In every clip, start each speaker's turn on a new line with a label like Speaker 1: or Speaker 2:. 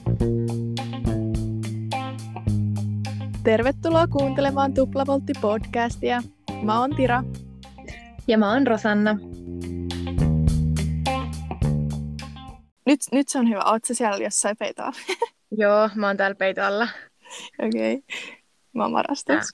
Speaker 1: Tervetuloa kuuntelemaan Tuplavoltti-podcastia. Mä oon Tira.
Speaker 2: Ja mä oon Rosanna.
Speaker 1: Nyt se on hyvä. Oot sä siellä jossain peitolla?
Speaker 2: Joo, mä oon täällä peitolla.
Speaker 1: Okei. Mä oon marastus.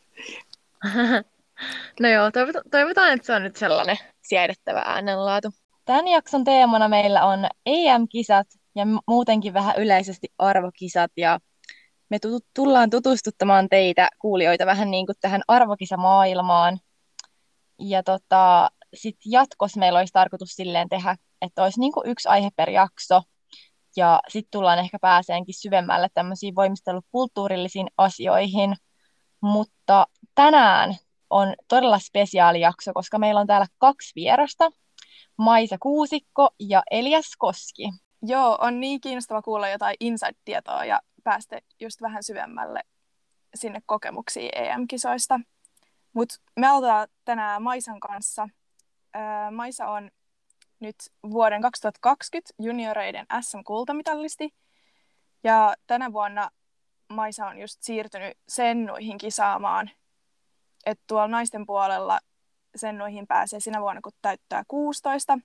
Speaker 2: No joo, toivotaan, että se on nyt sellainen siedettävä äänenlaatu. Tämän jakson teemana meillä on EM-kisat ja muutenkin vähän yleisesti arvokisat. Ja me tullaan tutustuttamaan teitä kuulijoita vähän niin kuin tähän arvokisamaailmaan. Ja sitten jatkossa meillä olisi tarkoitus silleen tehdä, että olisi niin kuin yksi aihe per jakso. Ja sitten tullaan ehkä pääseenkin syvemmälle tämmöisiin voimistelukulttuurillisiin asioihin. Mutta tänään on todella spesiaali jakso, koska meillä on täällä 2 vierasta. Maisa Kuusikko ja Elias Koski.
Speaker 1: Joo, on niin kiinnostava kuulla jotain inside-tietoa ja päästä just vähän syvemmälle sinne kokemuksiin EM-kisoista. Mutta me aloitetaan tänään Maisan kanssa. Maisa on nyt vuoden 2020 junioreiden SM-kultamitalisti. Ja tänä vuonna Maisa on just siirtynyt sennuihin kisaamaan. Että tuolla naisten puolella sennuihin pääsee sinä vuonna, kun täyttää 16.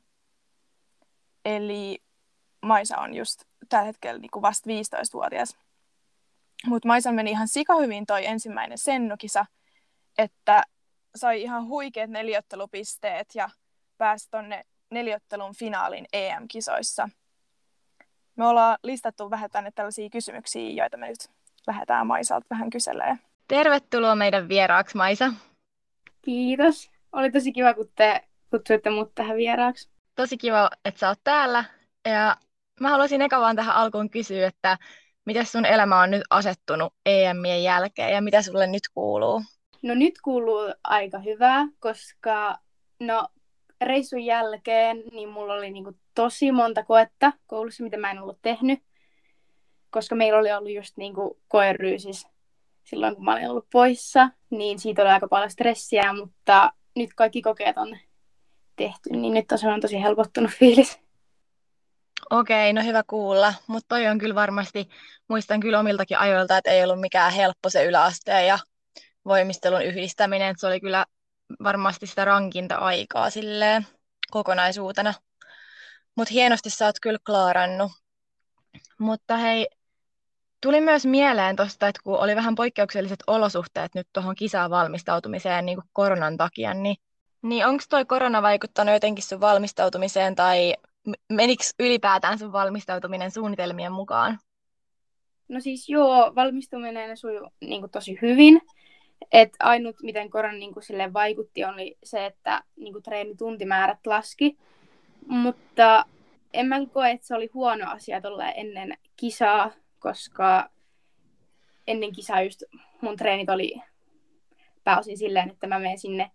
Speaker 1: Eli Maisa on just tällä hetkellä niin kuin vasta 15-vuotias. Mutta Maisa meni ihan sikahyvin toi ensimmäinen sennukisa, että sai ihan huikeat 4-ottelupisteet ja pääsi tonne 4-ottelun finaalin EM-kisoissa. Me ollaan listattu vähän tänne tällaisia kysymyksiä, joita me nyt lähdetään Maisalta vähän kyselemään.
Speaker 2: Tervetuloa meidän vieraaksi, Maisa.
Speaker 3: Kiitos. Oli tosi kiva, kun te kutsuitte mut tähän vieraaksi.
Speaker 2: Tosi kiva, että sä oot täällä. Ja mä haluaisin eka vaan tähän alkuun kysyä, että miten sun elämä on nyt asettunut EM:ien jälkeen ja mitä sulle nyt kuuluu?
Speaker 3: No nyt kuuluu aika hyvää, koska reissun jälkeen niin mulla oli niinku tosi monta koetta koulussa, mitä mä en ollut tehnyt. Koska meillä oli ollut just niinku koeryysis silloin, kun mä olin ollut poissa, niin siitä oli aika paljon stressiä, mutta nyt kaikki kokeet on tehty, niin nyt on tosi helpottunut fiilis.
Speaker 2: Okei, no hyvä kuulla, mutta toi on kyllä varmasti, muistan kyllä omiltakin ajoilta, että ei ollut mikään helppo se yläasteen ja voimistelun yhdistäminen, että se oli kyllä varmasti sitä rankinta aikaa silleen kokonaisuutena. Mutta hienosti sä oot kyllä klaarannut. Mutta hei, tuli myös mieleen tuosta, että kun oli vähän poikkeukselliset olosuhteet nyt tuohon kisaan valmistautumiseen niin kuin koronan takia, niin onko toi korona vaikuttanut jotenkin sun valmistautumiseen tai menikö ylipäätään sun valmistautuminen suunnitelmien mukaan?
Speaker 3: No siis joo, valmistuminen sujui niin tosi hyvin. Et ainut, miten korona niin silleen vaikutti, oli se, että niin treenituntimäärät laski. Mutta en mä koe, että se oli huono asia ennen kisaa, koska ennen kisaa just mun treenit oli pääosin silleen, että mä menen sinne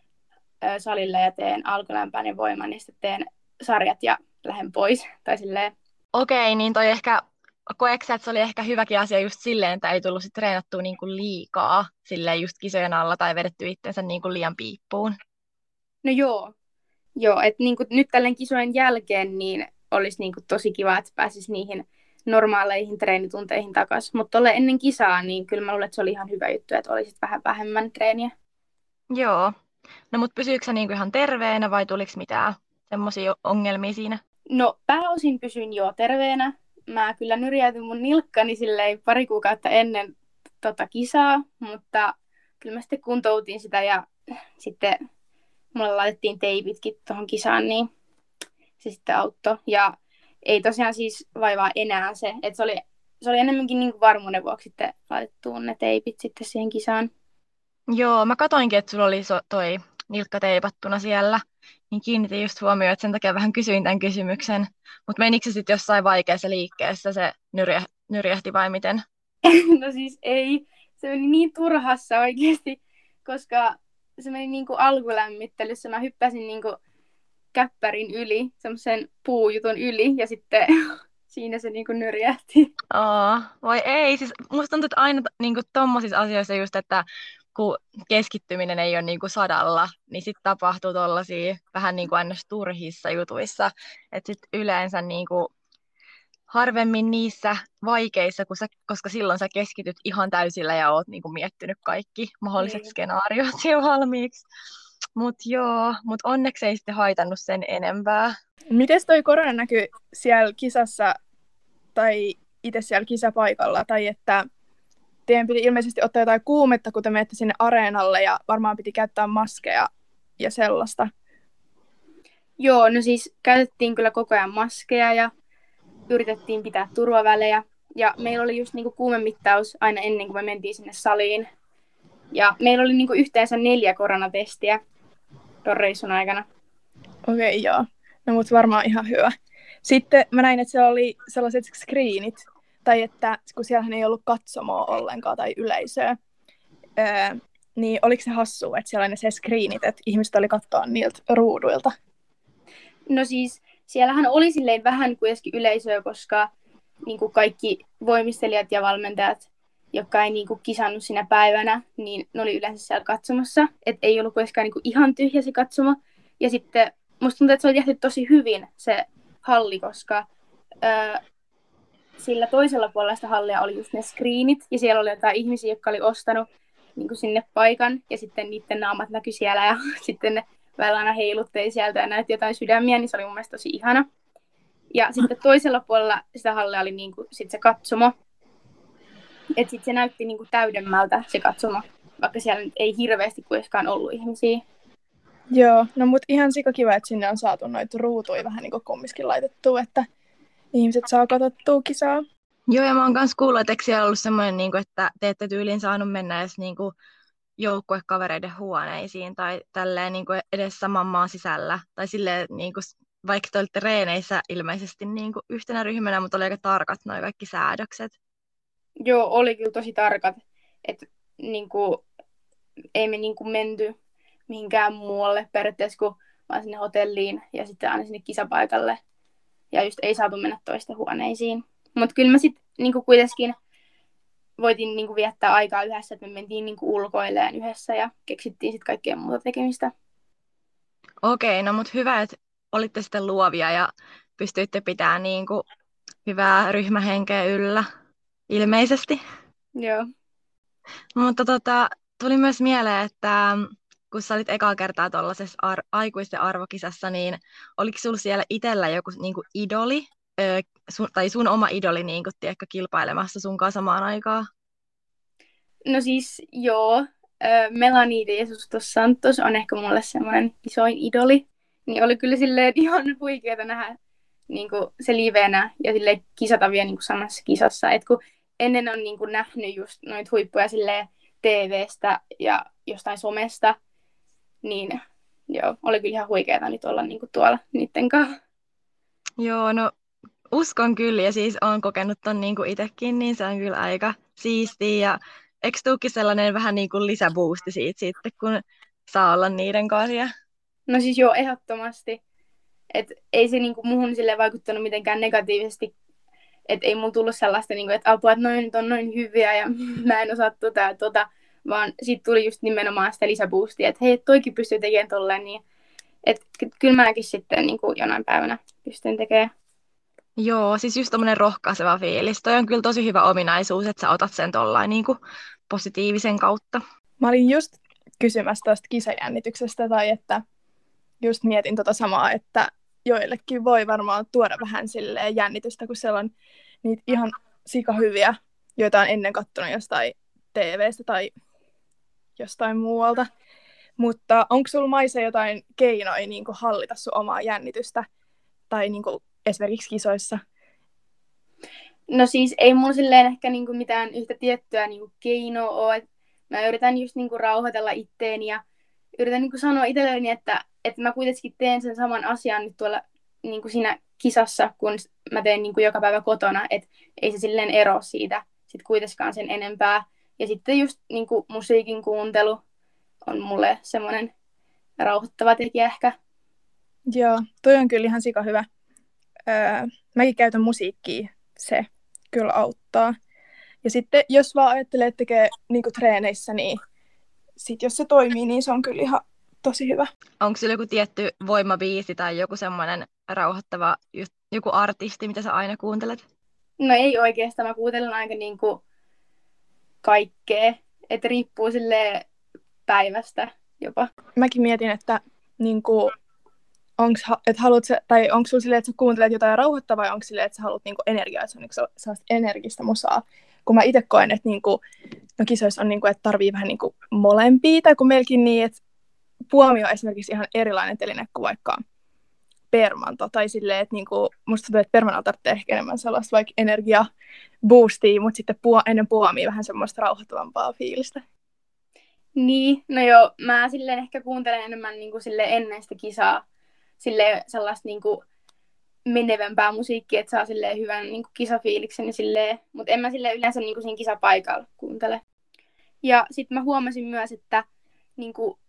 Speaker 3: salille ja teen alkulämpään ja voiman ja sitten teen sarjat ja lähden pois. Tai silleen.
Speaker 2: Okei, niin toi ehkä, koeksä, että se oli ehkä hyväkin asia just silleen, että ei tullut sit treenattua niin kuin liikaa silleen just kisojen alla tai vedetty itsensä niin kuin liian piippuun?
Speaker 3: No joo, että niin nyt tälleen kisojen jälkeen niin olisi niin tosi kiva, että pääsisi niihin normaaleihin treenitunteihin takaisin. Mutta ennen kisaa, niin kyllä mä luulen, että se oli ihan hyvä juttu, että olisit vähän vähemmän treeniä.
Speaker 2: Joo. No mut pysyykö sä niin kuin ihan terveenä vai tuliko mitään semmoisia ongelmia siinä?
Speaker 3: No pääosin pysyin jo terveenä. Mä kyllä nyrjäytin mun nilkkani silleen pari kuukautta ennen kisaa, mutta kyllä mä sitten kuntoutin sitä ja sitten mulle laitettiin teipitkin tuohon kisaan, niin se sitten auttoi. Ja ei tosiaan siis vaivaa enää se, että se oli enemmänkin niin kuin varmuuden vuoksi sitten laitettu ne teipit sitten siihen kisaan.
Speaker 2: Joo, mä katoinkin, että sulla oli toi nilkka teipattuna siellä, niin kiinnitin just huomioon, että sen takia vähän kysyin tämän kysymyksen. Mutta menikö se sitten jossain vaikeassa liikkeessä se nyrjähti vai miten?
Speaker 3: No siis ei, se meni niin turhassa oikeasti, koska se meni niin kuin alkulämmittelyssä. Mä hyppäsin niin kuin käppärin yli, semmoisen puujutun yli ja sitten siinä se niin kuin nyrjähti.
Speaker 2: Voi ei, siis musta tuntuu, että aina niin kuin tommosissa asioissa just, että kun keskittyminen ei ole niin kuin 100, niin sitten tapahtuu tollaisia vähän niin kuin aina turhissa jutuissa. Että sitten yleensä niin kuin harvemmin niissä vaikeissa, koska silloin sä keskityt ihan täysillä ja oot niinku miettinyt kaikki mahdolliset
Speaker 3: Niin.
Speaker 2: skenaariot jo valmiiksi. Mut onneksi ei sitten haitannut sen enempää.
Speaker 1: Miten toi korona näkyy siellä kisassa tai itse siellä kisapaikalla? Tai että teidän piti ilmeisesti ottaa jotain kuumetta, kun te menette sinne areenalle ja varmaan piti käyttää maskeja ja sellaista.
Speaker 3: Joo, no siis käytettiin kyllä koko ajan maskeja ja yritettiin pitää turvavälejä. Ja meillä oli just niinku kuumemittaus aina ennen kuin me mentiin sinne saliin. Ja meillä oli niinku yhteensä 4 koronatestiä tuon reissun aikana.
Speaker 1: Okei, joo. No mut varmaan ihan hyvä. Sitten mä näin, että siellä oli sellaiset screenit, tai että kun siellähän ei ollut katsomoa ollenkaan tai yleisöä, niin oliko se hassua, että siellä oli ne se screenit, että ihmiset oli katsoa niiltä ruuduilta?
Speaker 3: No siis siellähän oli silleen vähän kuitenkin yleisöä, koska niinku kaikki voimistelijat ja valmentajat, jotka ei niinku kisannut sinä päivänä, niin ne oli yleensä siellä katsomassa. Että ei ollut kuitenkaan niinku ihan tyhjä se katsomo. Ja sitten musta tuntuu, että se oli tehty tosi hyvin se halli, koska sillä toisella puolella sitä hallia oli just ne screenit. Ja siellä oli jotain ihmisiä, jotka oli ostanut niinku sinne paikan. Ja sitten niiden naamat näkyi siellä ja sitten ne välillä aina heilutteli sieltä ja näytti jotain sydämiä, niin se oli mun mielestä tosi ihana. Ja sitten toisella puolella sitä hallia oli niinku sit se katsomo. Että sitten se näytti niinku täydemmältä se katsomo, vaikka siellä nyt ei hirveästi kuitenkaan ollut ihmisiä.
Speaker 1: Joo, no mut ihan sikakiva, että sinne on saatu noita ruutuja vähän niin kuin kumminkin laitettua, että ihmiset saa katsottua kisaa.
Speaker 2: Joo, ja mä oon kans kuullut, että eikö siellä ollut semmoinen, niinku, että te ette tyyliin saanut mennä edes niinku joukkuekavereiden huoneisiin tai tälleen niinku edes saman maan sisällä. Tai silleen, niinku, vaikka te olitte reeneissä ilmeisesti niinku yhtenä ryhmänä, mutta oli aika tarkat nuo kaikki säädökset.
Speaker 3: Joo, oli kyllä tosi tarkat. Että niinku, ei me niinku menty mihinkään muualle periaatteessa kuin vaan sinne hotelliin ja sitten aina sinne kisapaikalle. Ja just ei saatu mennä toisten huoneisiin. Mutta kyllä mä sitten niinku kuitenkin voitiin niinku viettää aikaa yhdessä, että me mentiin niinku ulkoilleen yhdessä ja keksittiin sitten kaikkea muuta tekemistä.
Speaker 2: Okei, no mut hyvä, että olitte sitten luovia ja pystyitte pitämään niinku hyvää ryhmähenkeä yllä, ilmeisesti.
Speaker 3: Joo.
Speaker 2: Mutta tuli myös mieleen, että kun sä olit ekaa kertaa tuollaisessa aikuisten arvokisassa, niin oliko sulla siellä itsellä joku niinku idoli, tai sun oma idoli niinku, tiedätkö, kilpailemassa sunkaan samaan aikaan?
Speaker 3: No siis joo, Melanie de Jesus dos Santos on ehkä mulle semmoinen isoin idoli. Niin oli kyllä silleen ihan huikeeta nähdä niinku se livenä ja silleen kisata vielä niinku samassa kisassa. Et kun ennen on niinku nähnyt just noita huippuja silleen TV:stä ja jostain somesta, niin joo, oli kyllä ihan huikeeta nyt olla niinku tuolla niitten kanssa.
Speaker 2: Joo, no uskon kyllä, ja siis olen kokenut ton niinku itsekin, niin se on kyllä aika siistiä. Ja eikö tuukin sellainen vähän niin kuin lisäboosti siitä sitten, kun saa olla niiden kanssa?
Speaker 3: No siis joo, ehdottomasti. Et ei se niinku muhun silleen vaikuttanut mitenkään negatiivisesti. Et ei mulla tullut sellaista, niinku, että apua, että noin nyt on noin hyviä ja mä en osaa tota ja tota. Vaan siitä tuli just nimenomaan sitä lisäboostia, että hei, toikin pystyy tekemään tolleen. Niin, että kyllä mäkin sitten niinku jonain päivänä pystyn tekemään.
Speaker 2: Joo, siis just tommonen rohkaiseva fiilis. Toi on kyllä tosi hyvä ominaisuus, että sä otat sen tollain niinku positiivisen kautta.
Speaker 1: Mä olin just kysymässä tuosta kisajännityksestä, tai että just mietin tota samaa, että joillekin voi varmaan tuoda vähän silleen jännitystä, kun siellä on niitä ihan sikahyviä, joita on ennen katsonut jostain TV:stä tai jostain muualta. Mutta onko sulla Maisa jotain keinoja niin kuin hallita sun omaa jännitystä tai niin kuin esimerkiksi kisoissa?
Speaker 3: No siis ei mulla silleen ehkä niinku mitään yhtä tiettyä niinku keinoa ole. Mä yritän just niinku rauhoitella itteeni ja yritän niinku sanoa itselleni, että mä kuitenkin teen sen saman asian nyt tuolla niinku siinä kisassa, kun mä teen niinku joka päivä kotona. Että ei se silleen ero siitä sit kuitenkaan sen enempää. Ja sitten just niinku musiikin kuuntelu on mulle semmoinen rauhoittava tekijä ehkä.
Speaker 1: Joo, toi on kyllä ihan sika hyvä. Mäkin käytän musiikkia, se kyllä auttaa. Ja sitten jos vaan ajattelee, että tekee niinku treeneissä, niin sit jos se toimii, niin se on kyllä ihan tosi hyvä.
Speaker 2: Onko sulla joku tietty voimabiisi tai joku semmoinen rauhoittava joku artisti, mitä sä aina kuuntelet?
Speaker 3: No ei oikeastaan, mä kuuntelen aika niinku kaikkea, että riippuu silleen päivästä jopa.
Speaker 1: Mäkin mietin, että niinku, onko sulla silleen, että sä kuuntelet jotain rauhoittavaa, vai onko silleen, että sä haluat niinku energiaa, että se on niinku sellaista energistä musaa. Kun mä itse koen, että niinku, no kisoissa on, niinku, että tarvii vähän niinku molempia, tai kun meilläkin niin, että puomi on esimerkiksi ihan erilainen teline kuin vaikka permanto, tai silleen, että niinku, musta tuntuu, että permanto tarvitsee ehkä enemmän sellaista vaikka energiaboostia, mutta sitten ennen puomia vähän semmoista rauhoittavampaa fiilistä.
Speaker 3: Niin, no joo, mä silleen ehkä kuuntelen enemmän niinku silleen ennen sitä kisaa silleen sellaista niinku menevämpää musiikkia, että saa silleen hyvän niinku kisafiiliksen ja silleen, mutta en mä silleen yleensä niinku siinä kisapaikalla kuuntele. Ja sitten mä huomasin myös, että niinku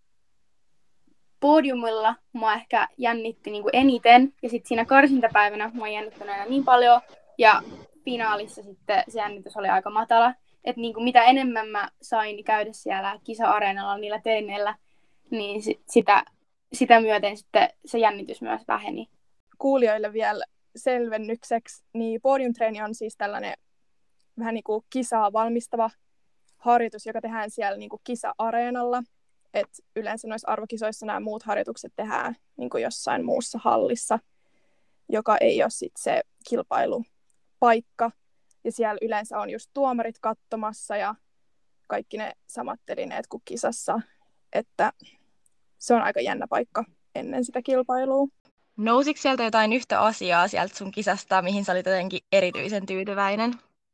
Speaker 3: podiumilla mua ehkä jännitti niinku eniten, ja sitten siinä karsintapäivänä mua ei jännittänyt enää niin paljon, ja finaalissa sitten se jännitys oli aika matala. Että niinku mitä enemmän mä sain käydä siellä kisa-areenalla niillä teineillä, niin sitä myöten sitten se jännitys myös väheni.
Speaker 1: Kuulijoille vielä selvennykseksi, niin podiumtreeni on siis tällainen vähän niin kuin kisaa valmistava harjoitus, joka tehdään siellä niin kuin kisa-areenalla. Et yleensä noissa arvokisoissa nämä muut harjoitukset tehdään niin kuin jossain muussa hallissa, joka ei ole sit se kilpailupaikka. Ja siellä yleensä on just tuomarit katsomassa ja kaikki ne samat telineet kuin kisassa. Että se on aika jännä paikka ennen sitä kilpailua.
Speaker 2: Nousiko sieltä jotain yhtä asiaa sieltä sun kisasta, mihin sä olit jotenkin erityisen tyytyväinen?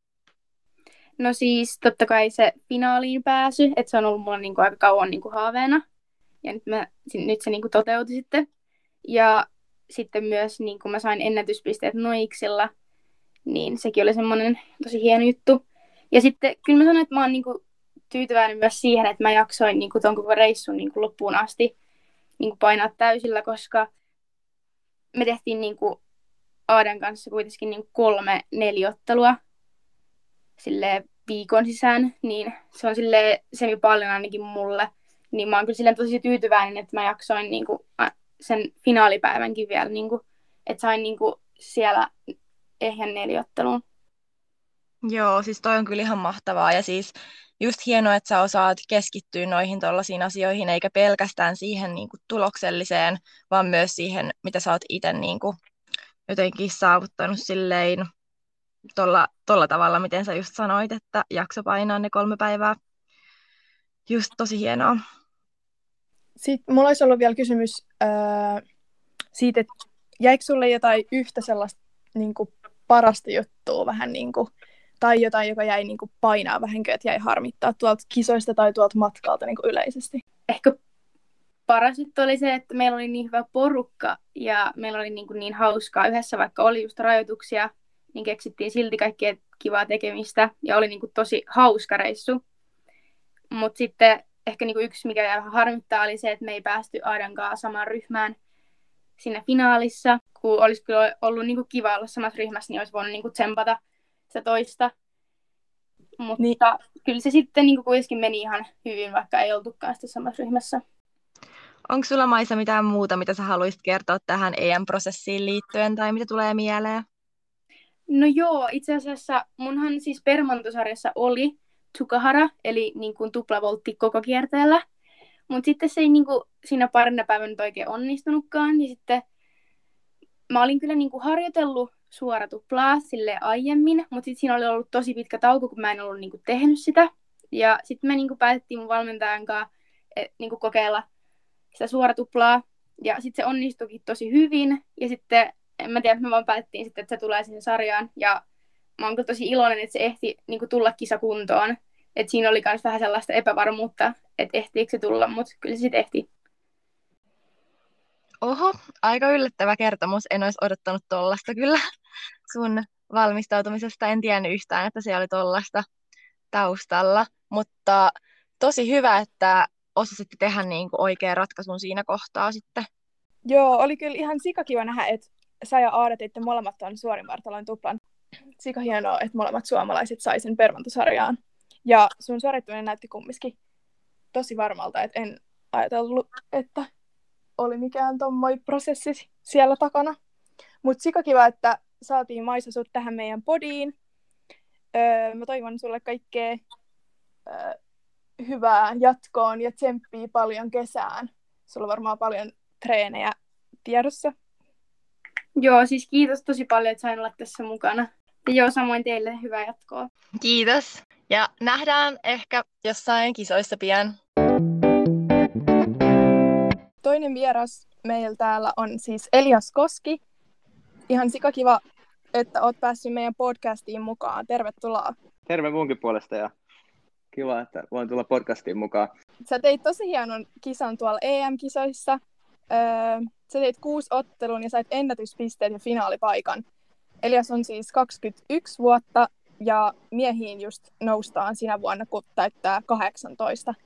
Speaker 3: No siis totta kai se finaaliin pääsy, että se on ollut mulla niinku aika kauan niinku haaveena. Ja nyt se niinku toteutui sitten. Ja sitten myös niinku mä sain ennätyspisteet Noiksilla, niin sekin oli semmoinen tosi hieno juttu. Ja sitten kyllä mä sanoin, että mä oon niinku tyytyväinen myös siihen, että mä jaksoin niinku ton koko reissun niinku loppuun asti niinku painaa täysillä, koska me tehtiin niinku Aaden kanssa kuitenkin niinku 3-4 ottelua silleen viikon sisään, niin se on silleen semi paljon ainakin mulle. Niin mä oon kyllä silleen tosi tyytyväinen, että mä jaksoin niinku sen finaalipäivänkin vielä, niinku, että sain niinku siellä ehjän 4 otteluun.
Speaker 2: Joo, siis toi on kyllä ihan mahtavaa ja siis just hienoa, että sä osaat keskittyä noihin tollaisiin asioihin, eikä pelkästään siihen niin kuin tulokselliseen, vaan myös siihen, mitä sä oot itse niin kuin jotenkin saavuttanut silleen tolla tavalla, miten sä just sanoit, että jakso painaa ne 3 päivää. Just tosi hienoa.
Speaker 1: Sitten mulla olisi ollut vielä kysymys siitä, että jäikö sulle jotain yhtä sellaista niin kuin parasta juttua vähän niin kuin, tai jotain, joka jäi niin kuin painaa vähän, että jäi harmittaa tuolta kisoista tai tuolta matkalta niin kuin yleisesti?
Speaker 3: Ehkä paras juttu oli se, että meillä oli niin hyvä porukka ja meillä oli niin hauskaa yhdessä, vaikka oli just rajoituksia, niin keksittiin silti kaikkea kivaa tekemistä ja oli niin kuin tosi hauska reissu. Mutta sitten ehkä niin kuin yksi, mikä jäi vähän harmittaa, oli se, että me ei päästy Aadan kanssa samaan ryhmään siinä finaalissa. Kun olisi kyllä ollut niin kuin kiva olla samassa ryhmässä, niin olisi voinut niin kuin tsempata sitä toista. Mutta niin. Kyllä se sitten niin kuin kuitenkin meni ihan hyvin, vaikka ei oltukaan sitä samassa ryhmässä.
Speaker 2: Onko sulla, Maisa, mitään muuta, mitä sä haluaisit kertoa tähän EM-prosessiin liittyen tai mitä tulee mieleen?
Speaker 3: No joo, itse asiassa munhan siis permantosarjassa oli Tsukahara, eli niin kuin tuplavoltti koko kierteellä. Mutta sitten se ei niin kuin siinä parina päivänä nyt oikein onnistunutkaan. Niin sitten mä olin kyllä niin kuin harjoitellut suoratuplaa sille aiemmin, mutta sitten siinä oli ollut tosi pitkä tauko, kun mä en ollut niin kuin tehnyt sitä. Ja sitten me niin kuin päätettiin mun valmentajan kanssa niin kuin kokeilla sitä suoratuplaa. Ja sitten se onnistuikin tosi hyvin. Ja sitten, en mä tiedä, me vaan päätettiin sitten, että se tulee siihen sarjaan. Ja mä oon kyllä tosi iloinen, että se ehti niin kuin tulla kisakuntoon. Että siinä oli myös vähän sellaista epävarmuutta, että ehtiikö se tulla, mutta kyllä se sitten ehti.
Speaker 2: Oho, aika yllättävä kertomus. En olisi odottanut tollasta kyllä sun valmistautumisesta. En tiennyt yhtään, että se oli tollasta taustalla. Mutta tosi hyvä, että osasitte tehdä niin kuin oikean ratkaisun siinä kohtaa sitten.
Speaker 1: Joo, oli kyllä ihan sikakiva nähdä, että sä ja Aada teitte molemmat tuon suorinvartalon tuplan. Sika hienoa, että molemmat suomalaiset sai sen permantosarjaan. Ja sun suorittaminen näytti kumminkin tosi varmalta, että en ajatellut, että oli mikään tommoi prosessi siellä takana. Mutta sika kiva, että saatiin Maisa sut tähän meidän podiin. Mä toivon sulle kaikkea hyvää jatkoon ja tsemppii paljon kesään. Sulla on varmaan paljon treenejä tiedossa.
Speaker 3: Joo, siis kiitos tosi paljon, että sain olla tässä mukana. Ja joo, samoin teille hyvää jatkoa.
Speaker 2: Kiitos. Ja nähdään ehkä jossain kisoissa pian.
Speaker 1: Toinen vieras meillä täällä on siis Elias Koski. Ihan sikakiva, että oot päässyt meidän podcastiin mukaan. Tervetuloa.
Speaker 4: Terve munkin puolesta ja kiva, että voin tulla podcastiin mukaan.
Speaker 1: Sä teit tosi hienon kisan tuolla EM-kisoissa. Sä teit 6 ottelun ja sait ennätyspisteet ja finaalipaikan. Elias on siis 21 vuotta ja miehiin just noustaan sinä vuonna, kun täyttää 18.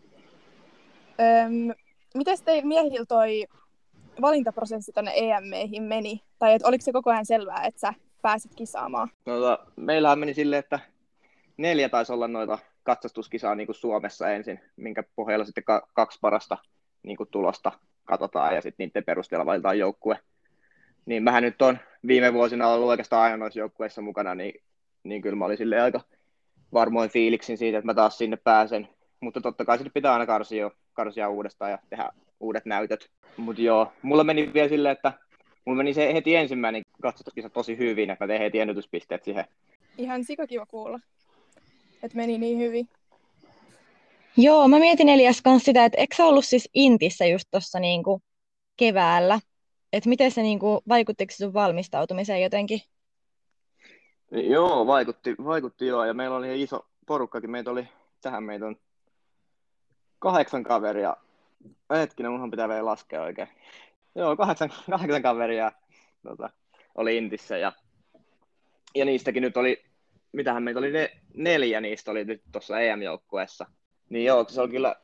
Speaker 1: Miten teillä miehillä toi valintaprosessi tuonne EM-meihin meni? Tai et oliko se koko ajan selvää, että sä pääsit kisaamaan?
Speaker 4: Meillähän meni silleen, että 4 taisi olla noita katsastuskisaa niin kuin Suomessa ensin, minkä pohjalla sitten 2 parasta niin kuin tulosta katsotaan ja sitten niiden perusteella valitaan joukkue. Niin mähän nyt on viime vuosina ollut oikeastaan aina noissa joukkueissa mukana, niin kyllä mä olin silleen aika varmoin fiiliksin siitä, että mä taas sinne pääsen. Mutta totta kai sitten pitää aina karsia uudestaan ja tehdä uudet näytöt. Mutta joo, mulla meni vielä silleen, että mulla meni se heti ensimmäinen katsotuskisa tosi hyvin, että mä tein heti ennätyspisteet siihen.
Speaker 1: Ihan sikakiva kuulla, että meni niin hyvin.
Speaker 2: Joo, mä mietin Elias kanssa sitä, että eikö sä ollut siis Intissä just tuossa niinku keväällä? Että miten se niinku, vaikuttiko sun valmistautumiseen jotenkin?
Speaker 4: Joo, vaikutti joo, ja meillä oli iso porukkakin. Meitä on 8 kaveria. Hetkinen, munhan pitää vielä laskea oikein. Joo, 8 kaveria oli Intissä, ja niistäkin nyt oli, mitähän meitä oli 4 niistä oli nyt tuossa EM-joukkueessa. Niin joo, se on kyllä,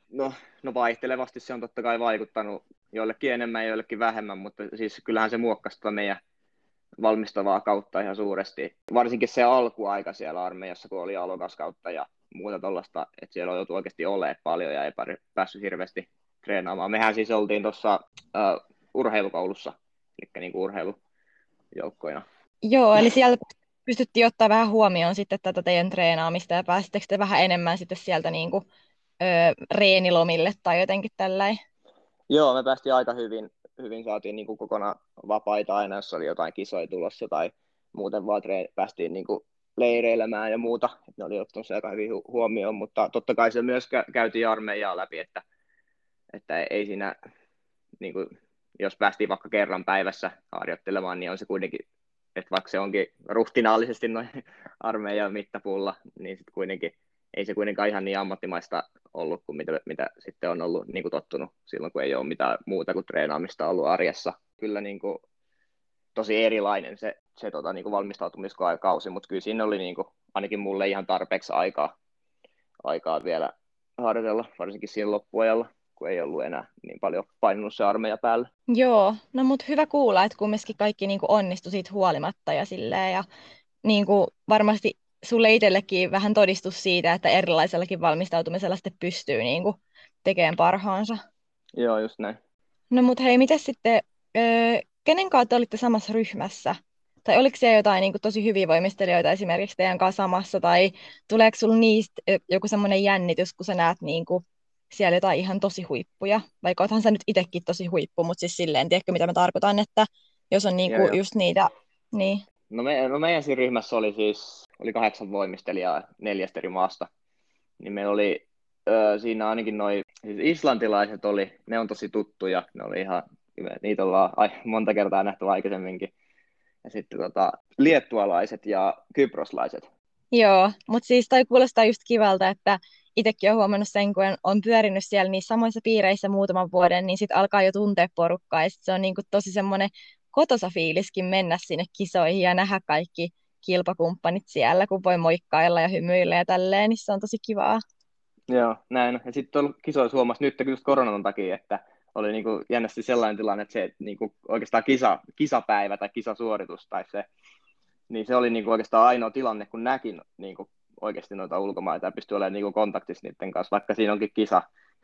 Speaker 4: no vaihtelevasti se on totta kai vaikuttanut joillekin enemmän ja joillekin vähemmän, mutta siis kyllähän se muokkasi meidän valmistavaa kautta ihan suuresti. Varsinkin se alkuaika siellä armeijassa, kun oli alokaskautta ja muuta tuollaista, että siellä joutui oikeasti olemaan paljon ja ei päässyt hirveästi treenaamaan. Mehän siis oltiin tuossa urheilukoulussa, eli niin kuin urheilujoukkoina.
Speaker 2: Joo, eli siellä pystyttiin ottaa vähän huomioon sitten tätä teidän treenaamista ja pääsittekö te vähän enemmän sitten sieltä niin kuin, reenilomille tai jotenkin tälläin?
Speaker 4: Joo, me päästiin aika hyvin saatiin niin kuin kokonaan vapaita aina, jos oli jotain kisoja tulossa tai muuten vaan päästiin niin kuin leireilemään ja muuta. Ne oli ottanut se aika hyvin huomioon, mutta totta kai se myös käytiin armeijaa läpi, että ei siinä, niin kuin, jos päästiin vaikka kerran päivässä harjoittelemaan, niin on se kuitenkin, että vaikka se onkin ruhtinaallisesti noin armeijan mittapuulla, niin sitten kuitenkin ei se kuitenkaan ihan niin ammattimaista ollut kuin mitä sitten on ollut niin kuin tottunut silloin, kun ei ole mitään muuta kuin treenaamista ollut arjessa. Kyllä niin kuin, tosi erilainen se niin kuin valmistautumiskausi, mutta kyllä siinä oli niin kuin, ainakin mulle ihan tarpeeksi aikaa vielä harjoitella, varsinkin siinä loppuajalla, kun ei ollut enää niin paljon painunut se armeija päälle.
Speaker 2: Joo, no mutta hyvä kuulla, että kumminkin kaikki niin kuin onnistui siitä huolimatta ja silleen, ja niin kuin varmasti sulle itsellekin vähän todistus siitä, että erilaisellakin valmistautumisella sitten pystyy niin kuin tekemään parhaansa.
Speaker 4: Joo, just näin.
Speaker 2: No mut hei, miten sitten, kenen kanssa te olitte samassa ryhmässä? Tai oliko siellä jotain niin kuin tosi hyviä voimistelijoita esimerkiksi teidän kanssa samassa, tai tuleeko sulla niistä joku semmoinen jännitys, kun sä näet niin kuin siellä jotain ihan tosi huippuja? Vaikka oothan sä nyt itsekin tosi huippu, mutta siis silleen, tiedätkö mitä mä tarkoitan, että jos on niin kuin just niitä, niin.
Speaker 4: No meidän siinä ryhmässä oli 8 voimistelijaa 4 eri maasta. Niin meillä oli siinä ainakin siis islantilaiset ne on tosi tuttuja, ne oli ihan, niitä ollaan monta kertaa nähty aikaisemminkin. Ja sitten liettualaiset ja kyproslaiset.
Speaker 2: Joo, mutta siis toi kuulostaa just kivalta, että itsekin olen huomannut sen, kun on pyörinyt siellä niissä samoissa piireissä muutaman vuoden, niin sitten alkaa jo tuntea porukkaa ja sit se on niinku tosi semmoinen kotosa fiiliskin mennä sinne kisoihin ja nähdä kaikki kilpakumppanit siellä, kun voi moikkailla ja hymyillä ja tälleen, niin se on tosi kivaa.
Speaker 4: Joo, näin. Ja sitten kisoissa huomasi nyt just koronan takia, että oli niinku jännästi sellainen tilanne, että se niinku oikeastaan kisapäivä tai kisasuoritus tai niin se oli niinku oikeastaan ainoa tilanne, kun näkin niinku oikeasti noita ulkomaita ja pystyi olemaan niinku kontaktissa niiden kanssa, vaikka siinä onkin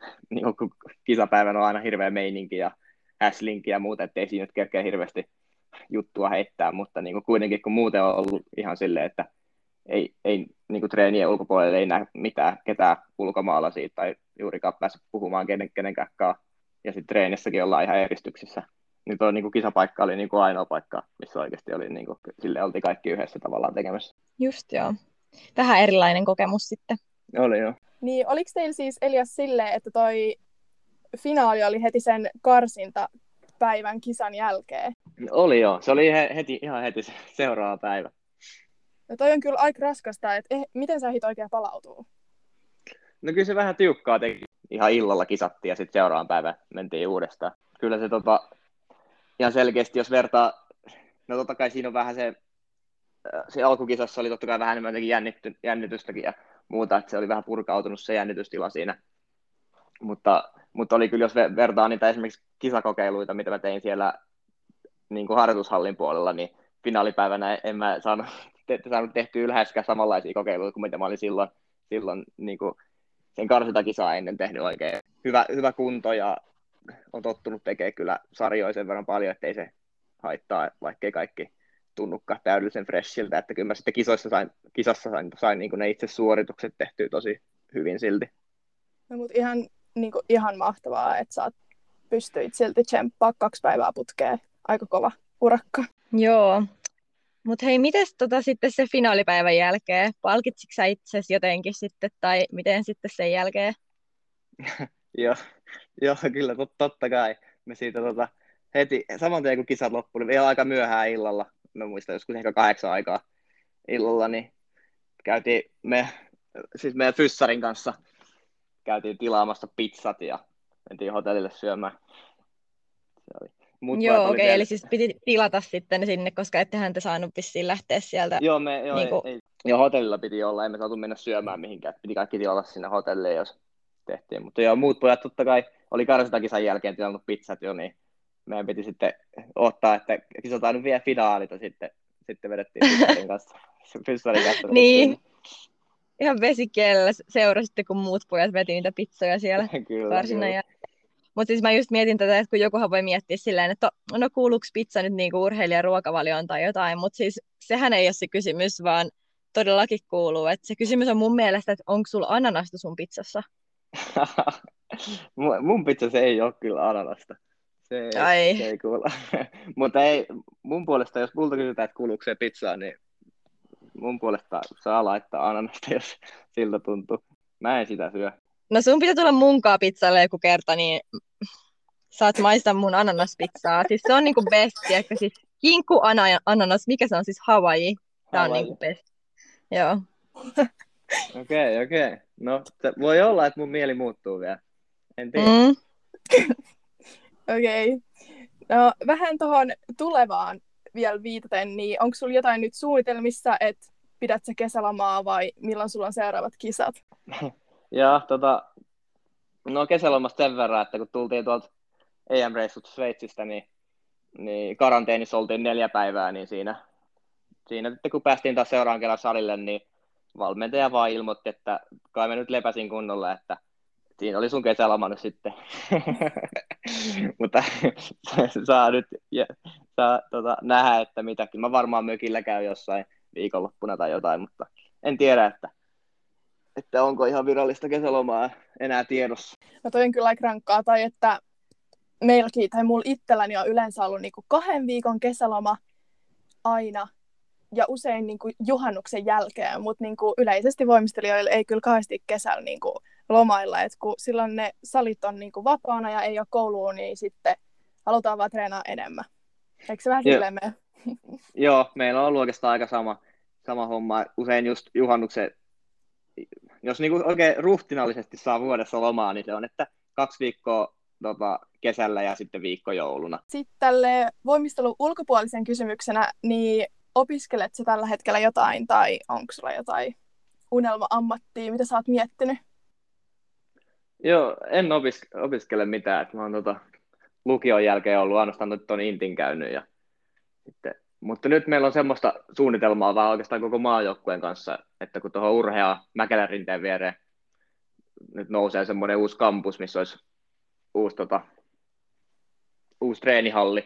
Speaker 4: niinku kisapäivänä on aina hirveä meininki ja häslinki ja muuta, ettei siinä nyt kerkeä hirveästi juttua heittää, mutta niin kuin kuitenkin kun muuten on ollut ihan silleen, että ei niin kuin treenien ulkopuolelle ei näe mitään ketään ulkomaalaisia tai juurikaan pääse puhumaan kenenkään. Ja sitten treenissäkin ollaan ihan eristyksissä. Niin tuo niin kisapaikka oli niin kuin ainoa paikka, missä oikeasti oli, niin kuin, sille oltiin kaikki yhdessä tavallaan tekemässä.
Speaker 2: Just joo. Vähän erilainen kokemus sitten.
Speaker 4: Oli joo.
Speaker 1: Niin, oliko teillä siis Elias silleen, että toi finaali oli heti sen karsintapäivän kisan jälkeen?
Speaker 4: Oli joo. Se oli ihan heti seuraava päivä.
Speaker 1: No toi on kyllä aika raskasta, että miten sä ehdit oikein palautuu?
Speaker 4: No kyllä se vähän tiukkaa teki. Ihan illalla kisattiin ja sitten seuraavan päivän mentiin uudestaan. Kyllä se ihan selkeästi, jos vertaa, no totta kai siinä on vähän se alkukisassa oli totta kai vähän enemmän jännitystäkin ja muuta, että se oli vähän purkautunut se jännitystila siinä. Mutta oli kyllä, jos vertaa niitä esimerkiksi kisakokeiluita, mitä mä tein siellä niin kuin harjoitushallin puolella, niin finaalipäivänä en mä saanut tehtyä ylhääskään samanlaisia kokeiluita kuin mitä mä olin silloin niin kuin sen karsintakisaa ennen tehnyt oikein. Hyvä kunto ja on tottunut tekemään kyllä sarjoja sen verran paljon, ettei se haittaa, vaikkei kaikki tunnukaan täydellisen freshiltä, että kyllä mä sitten kisassa sain niin kuin ne itse suoritukset tehtyä tosi hyvin silti.
Speaker 1: No mut ihan mahtavaa, että sä pystyit silti tsemppaa 2 päivää putkeen. Aika kova urakka.
Speaker 2: Joo. Mutta hei, mites sitten se finaalipäivän jälkeen? Palkitsitko sä itsesi jotenkin sitten, tai miten sitten sen jälkeen?
Speaker 4: Joo, kyllä totta kai. Me siitä heti, saman tien kun kisat loppui, oli vielä aika myöhään illalla, mä muistan joskus ehkä 8 aikaa illalla, niin käytiin meidän fyssarin kanssa käytiin tilaamassa pizzat ja mentiin hotellille syömään.
Speaker 2: Joo, okei, eli siis piti tilata sitten sinne, koska ettehän te saanut vissiin lähteä sieltä.
Speaker 4: Joo, Joo, hotellilla piti olla, emme saatu mennä syömään mihinkään, piti kaikki tilata sinne hotelliin, jos tehtiin. Mutta joo, muut pojat totta kai oli karsintakisan jälkeen tilannut pizzat jo, niin meidän piti sitten ottaa, että kisataan nyt vielä finaalit ja sitten vedettiin fyssarin kanssa.
Speaker 2: Niin, ihan vesikielellä seurasitte, kun muut pojat veti niitä pizzoja siellä karsinnan jälkeen. Mutta siis mä just mietin tätä, että kun jokuhan voi miettiä silleen, että no kuuluuko pizza nyt niinku urheilijan ruokavalioon tai jotain, mutta siis sehän ei ole se kysymys, vaan todellakin kuuluu. Että se kysymys on mun mielestä, että onko sulla ananasta sun pizzassa?
Speaker 4: Mun pizzassa ei ole kyllä ananasta. Se ei kuulu. Mutta ei, mun puolesta, jos multa kysytään, että kuuluuko se pizzaan, niin mun puolesta saa laittaa ananasta, jos siltä tuntuu. Mä en sitä syö.
Speaker 2: No sun pitää tulla munkaan pizzalle joku kerta, niin saat maistaa mun ananaspizzaa. Siis se on niinku best, ehkä siis kinkku ananas, mikä se on siis Hawaii? Tää on niinku best. Joo.
Speaker 4: Okei. No, voi olla, että mun mieli muuttuu vielä. En tiedä.
Speaker 1: Okei. No, vähän tuohon tulevaan vielä viitaten, niin onko sulla jotain nyt suunnitelmissa, että pidät sä kesälomaa vai milloin sulla on seuraavat kisat?
Speaker 4: Ja no kesälomasta sen verran, että kun tultiin tuolta EM-reissut Sveitsistä, niin karanteenissa oltiin 4 päivää, niin siinä sitten kun päästiin taas seuraavan kerran salille, niin valmentaja vaan ilmoitti, että kai mä nyt lepäsin kunnolla, että siinä oli sun kesäloma nyt sitten. Mutta saa nyt nähdä, että mitäkin. Mä varmaan mökillä käy jossain viikonloppuna tai jotain, mutta en tiedä, että onko ihan virallista kesälomaa enää tiedossa.
Speaker 1: No toi on kyllä aika rankkaa, tai että meilläkin, tai mulla itselläni on yleensä ollut niinku 2 viikon kesäloma aina, ja usein niinku juhannuksen jälkeen, mutta niinku yleisesti voimistelijoilla ei kyllä kauheasti kesällä niinku lomailla, että kun silloin ne salit on niinku vapaana ja ei ole koulua, niin sitten halutaan vaan treenaa enemmän. Eikö se vähän silleen mene?
Speaker 4: Joo, meillä on ollut oikeastaan aika sama homma. Usein just juhannuksen, jos niinku oikein ruhtinallisesti saa vuodessa lomaa, niin se on, että 2 viikkoa kesällä ja sitten viikko jouluna.
Speaker 1: Sitten tälle voimistelun ulkopuolisen kysymyksenä, niin opiskelet sä tällä hetkellä jotain tai onko sulla jotain unelma-ammattia, mitä sä oot miettinyt?
Speaker 4: Joo, en opiskele mitään. Että mä oon lukion jälkeen ollut ainoastaan tuon Intin käynyt. Mutta nyt meillä on semmoista suunnitelmaa vaan oikeastaan koko maajoukkueen kanssa, että kun tuohon Urhea Mäkelän rinteen viereen nyt nousee semmoinen uusi kampus, missä olisi uusi treenihalli,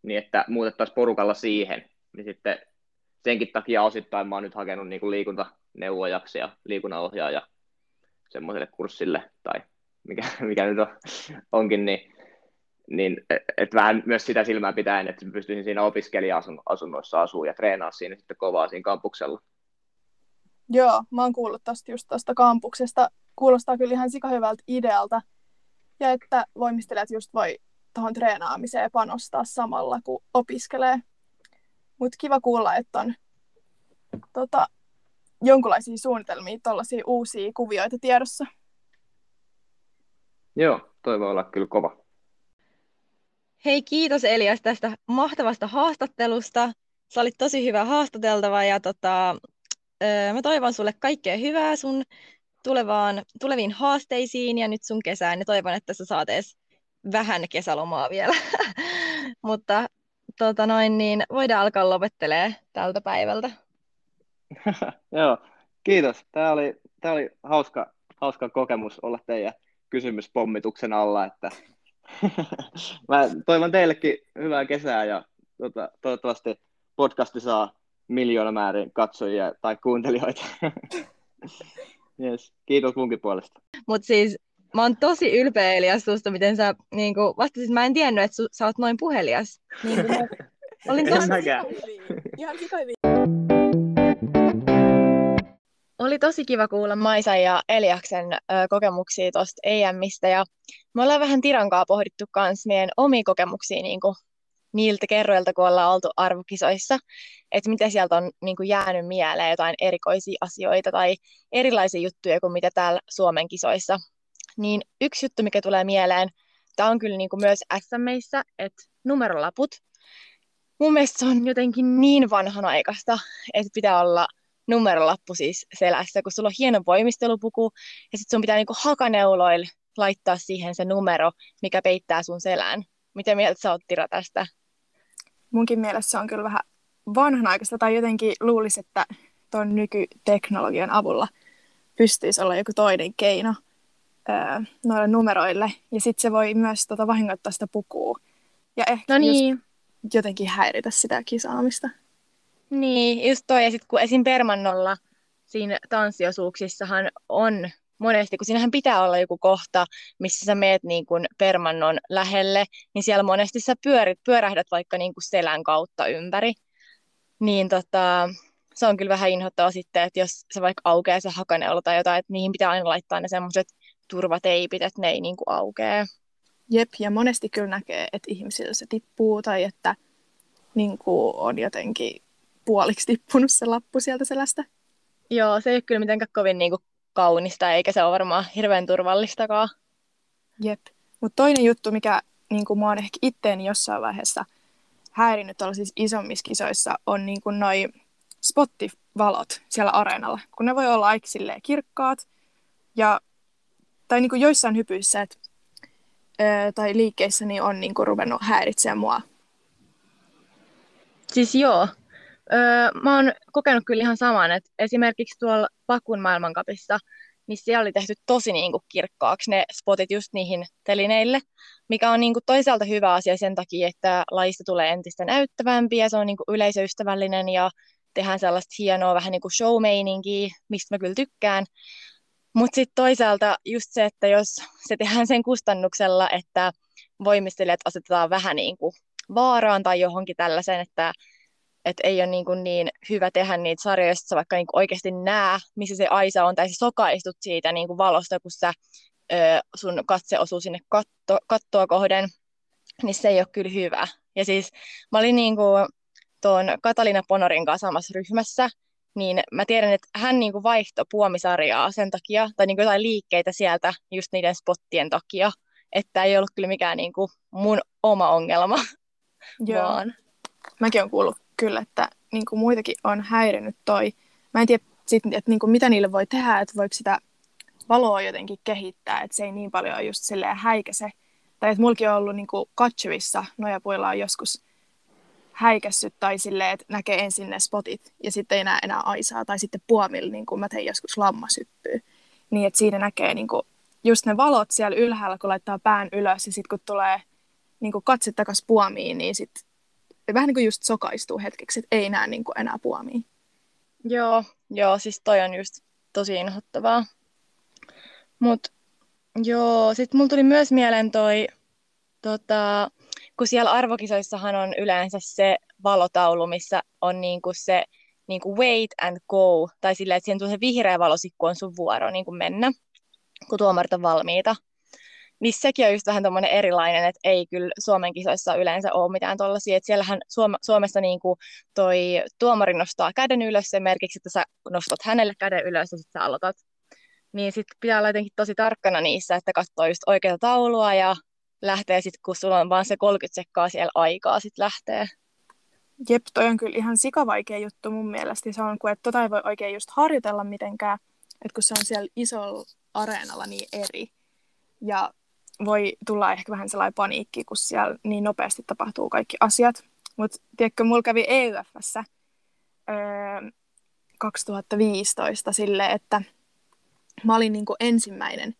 Speaker 4: niin että muutettaisiin porukalla siihen. Niin sitten senkin takia osittain mä oon nyt hakenut niin kuin liikuntaneuvojaksi ja liikunnanohjaaja semmoiselle kurssille, tai mikä nyt onkin, niin että vähän myös sitä silmää pitäen, että pystyisin siinä opiskelija-asunnoissa asua ja treenaa siinä sitten kovaa siinä kampuksella.
Speaker 1: Joo, mä oon kuullut just tuosta kampuksesta. Kuulostaa kyllä ihan sikahyvältä idealta. Ja että voimistelijat just voi tuohon treenaamiseen panostaa samalla, kun opiskelee. Mutta kiva kuulla, että on jonkinlaisia suunnitelmia, tuollaisia uusia kuvioita tiedossa.
Speaker 4: Joo, toi voi olla kyllä kova.
Speaker 2: Hei, kiitos Elias tästä mahtavasta haastattelusta. Sä olit tosi hyvä haastateltava ja mä toivon sulle kaikkea hyvää sun tuleviin haasteisiin ja nyt sun kesään. Ja toivon, että sä saat edes vähän kesälomaa vielä. Mutta niin voidaan alkaa lopettelemaan tältä päivältä.
Speaker 4: Joo, kiitos. Tämä oli hauska kokemus olla teidän kysymyspommituksen alla. Että mä toivon teillekin hyvää kesää ja toivottavasti podcasti saa miljoonamäärin katsojia tai kuuntelijoita. Yes. Kiitos munkin puolesta.
Speaker 2: Mutta siis mä oon tosi ylpeä Elias susta, miten sä vastasit. Mä en tiennyt, että sä oot noin puhelias. Olin tosi
Speaker 1: ihan sikahyviä.
Speaker 2: Oli tosi kiva kuulla Maisan ja Eliaksen kokemuksia tuosta EM:istä ja me ollaan vähän Tirankaa pohdittu kans meidän omia kokemuksia niiltä kerroilta, kun ollaan oltu arvokisoissa, että mitä sieltä on jäänyt mieleen, jotain erikoisia asioita tai erilaisia juttuja kuin mitä täällä Suomen kisoissa. Niin yksi juttu, mikä tulee mieleen, tämä on kyllä myös SM:issä, että numerolaput. Mun mielestä se on jotenkin niin vanhanaikaista, että pitää olla numerolappu siis selässä, kun sulla on hieno voimistelupuku ja sitten sun pitää hakaneuloilla laittaa siihen se numero, mikä peittää sun selän. Mitä mieltä sä oot, Tira, tästä?
Speaker 1: Munkin mielestä se on kyllä vähän vanhanaikaista, tai jotenkin luulisi, että tuon nykyteknologian avulla pystyisi olla joku toinen keino noille numeroille. Ja sitten se voi myös vahingoittaa sitä pukua. Ja ehkä jotenkin häiritä sitä kisaamista.
Speaker 2: Niin, just toi. Ja sitten kun esim. Permannolla siinä tanssiosuuksissahan on monesti, kun siinähän pitää olla joku kohta, missä sä meet permannon lähelle, niin siellä monesti sä pyörähdät vaikka selän kautta ympäri. Niin se on kyllä vähän inhottava sitten, että jos se vaikka aukeaa se hakaneula tai jotain, että niihin pitää aina laittaa ne semmoiset turvateipit, että ne ei aukea.
Speaker 1: Jep, ja monesti kyllä näkee, että ihmisillä se tippuu tai että on jotenkin puoliksi tippunut se lappu sieltä selästä.
Speaker 2: Joo, se ei ole kyllä mitenkään kovin kaunista, eikä se ole varmaan hirveän turvallistakaan.
Speaker 1: Jep, mutta toinen juttu, mikä mua on ehkä itteeni jossain vaiheessa häirinyt tuollaisissa isommissa kisoissa, on noi spottivalot siellä areenalla, kun ne voi olla aika kirkkaat, tai joissain hypyissä tai liikkeissä niin on ruvennut häiritsemään mua.
Speaker 2: Siis joo. Mä oon kokenut kyllä ihan saman, että esimerkiksi tuolla Bakun maailmancupissa, niin siellä oli tehty tosi kirkkaaksi ne spotit just niihin telineille, mikä on toisaalta hyvä asia sen takia, että lajista tulee entistä näyttävämpi ja se on yleisöystävällinen ja tehdään sellaista hienoa vähän show-meininkiä, mistä mä kyllä tykkään. Mutta sitten toisaalta just se, että jos se tehdään sen kustannuksella, että voimistelijat asetetaan vähän vaaraan tai johonkin tällaisen, että ei ole niin hyvä tehdä niitä sarjoja, jos sä vaikka oikeasti näe, missä se aisa on, tai sä sokaistut siitä valosta, kun sun katse osuu sinne kattoa kohden, niin se ei ole kyllä hyvä. Ja siis mä olin tuon Katalina Ponorin kanssa samassa ryhmässä, niin mä tiedän, että hän vaihtoi puomisarjaa sen takia, tai jotain liikkeitä sieltä just niiden spottien takia, että ei ollut kyllä mikään mun oma ongelma, vaan.
Speaker 1: Mäkin olen kuullut kyllä, että muitakin on häirinyt toi. Mä en tiedä sit, että mitä niille voi tehdä, että voiko sitä valoa jotenkin kehittää, että se ei niin paljon just silleen häikäse. Tai että mullakin on ollut katsovissa nojapuilla on joskus häikässyt tai silleen, että näkee ensin ne spotit ja sitten ei näe enää aisaa. Tai sitten puomilla, niin kuin mä tein joskus lammashyppyä. Niin, että siinä näkee just ne valot siellä ylhäällä, kun laittaa pään ylös ja sitten kun tulee katse takaisin puomiin, niin sitten vähän niin kuin just sokaistuu hetkeksi, että ei näe niin kuin enää puomia.
Speaker 2: Joo, siis toi on just tosi inhottavaa. Mut joo, sit mulla tuli myös mieleen toi, kun siellä arvokisoissahan on yleensä se valotaulu, missä on niinku se niinku wait and go, tai silleen, että siihen tulee se vihreä valo, kun on sun vuoro niinku mennä, kun tuomarit on valmiita. Niin sekin on just vähän tommonen erilainen, että ei kyllä Suomen kisoissa yleensä ole mitään tollaisia, että siellähän Suomessa niinku toi tuomari nostaa käden ylös sen merkiksi, että sä nostat hänelle käden ylös ja sitten sä aloitat. Niin sitten pitää olla jotenkin tosi tarkkana niissä, että katsoo just oikeaa taulua ja lähtee sitten, kun sulla on vaan se 30 sekkaa siellä aikaa sitten lähtee.
Speaker 1: Jep, toi on kyllä ihan sikavaikea juttu mun mielestä. Se on, että tota ei voi oikein just harjoitella mitenkään, että kun se on siellä isolla areenalla niin eri. Ja voi tulla ehkä vähän sellainen paniikki, kun siellä niin nopeasti tapahtuu kaikki asiat. Mutta tiedätkö, mulla kävi EYF:ssä 2015 silleen, että mä olin niinku ensimmäinen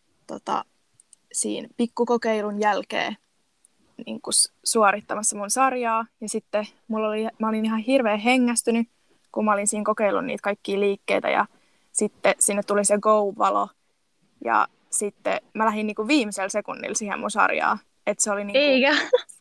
Speaker 1: siinä pikkukokeilun jälkeen niinku suorittamassa mun sarjaa. Ja sitten mä olin ihan hirveän hengästynyt, kun mä olin siinä kokeillut niitä kaikkia liikkeitä. Ja sitten sinne tuli se go-valo. Ja sitten mä lähdin niinku viimeisellä sekunnilla siihen mun sarjaan. Että se oli niinku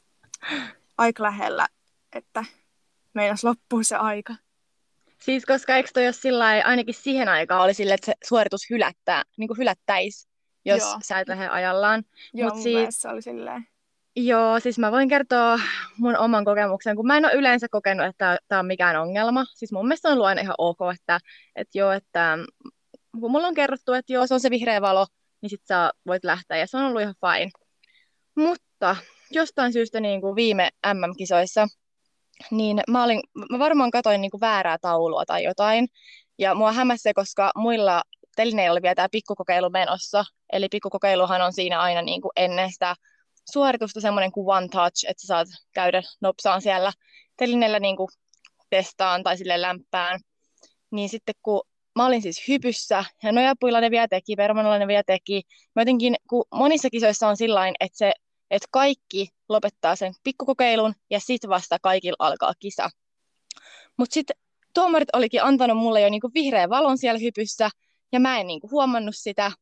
Speaker 1: aika lähellä, että meinas loppuu se aika.
Speaker 2: Siis koska eikö toi jos sillai, ainakin siihen aikaan oli silleen, että se suoritus hylättäisi, jos sä et lähde ajallaan.
Speaker 1: Joo, mun mielestä se oli silleen.
Speaker 2: Joo, siis mä voin kertoa mun oman kokemuksen, kun mä en ole yleensä kokenut, että tää on mikään ongelma. Siis mun mielestä on ollut aina ihan ok, että kun mulla on kerrottu, että joo, se on se vihreä valo, niin sit sä voit lähteä ja se on ollut ihan fine. Mutta jostain syystä niin kuin viime MM-kisoissa, niin mä varmaan katsoin niin kuin väärää taulua tai jotain. Ja mua hämäsi se, koska muilla telineillä oli vielä tämä pikkukokeilu menossa. Eli pikkukokeiluhan on siinä aina niin kuin ennen sitä suoritusta semmoinen kuin one touch, että sä saat käydä nopsaan siellä telineellä niin kuin testaan tai sille lämpään. Niin sitten kun mä olin siis hypyssä ja nojapuilla ne vielä teki, permanalla ne vielä teki. Mä jotenkin, kun monissa kisoissa on sillain, että kaikki lopettaa sen pikkukokeilun ja sitten vasta kaikilla alkaa kisa. Mutta sitten tuomarit olikin antanut mulle jo niinku vihreän valon siellä hypyssä ja mä en niinku huomannut sitä.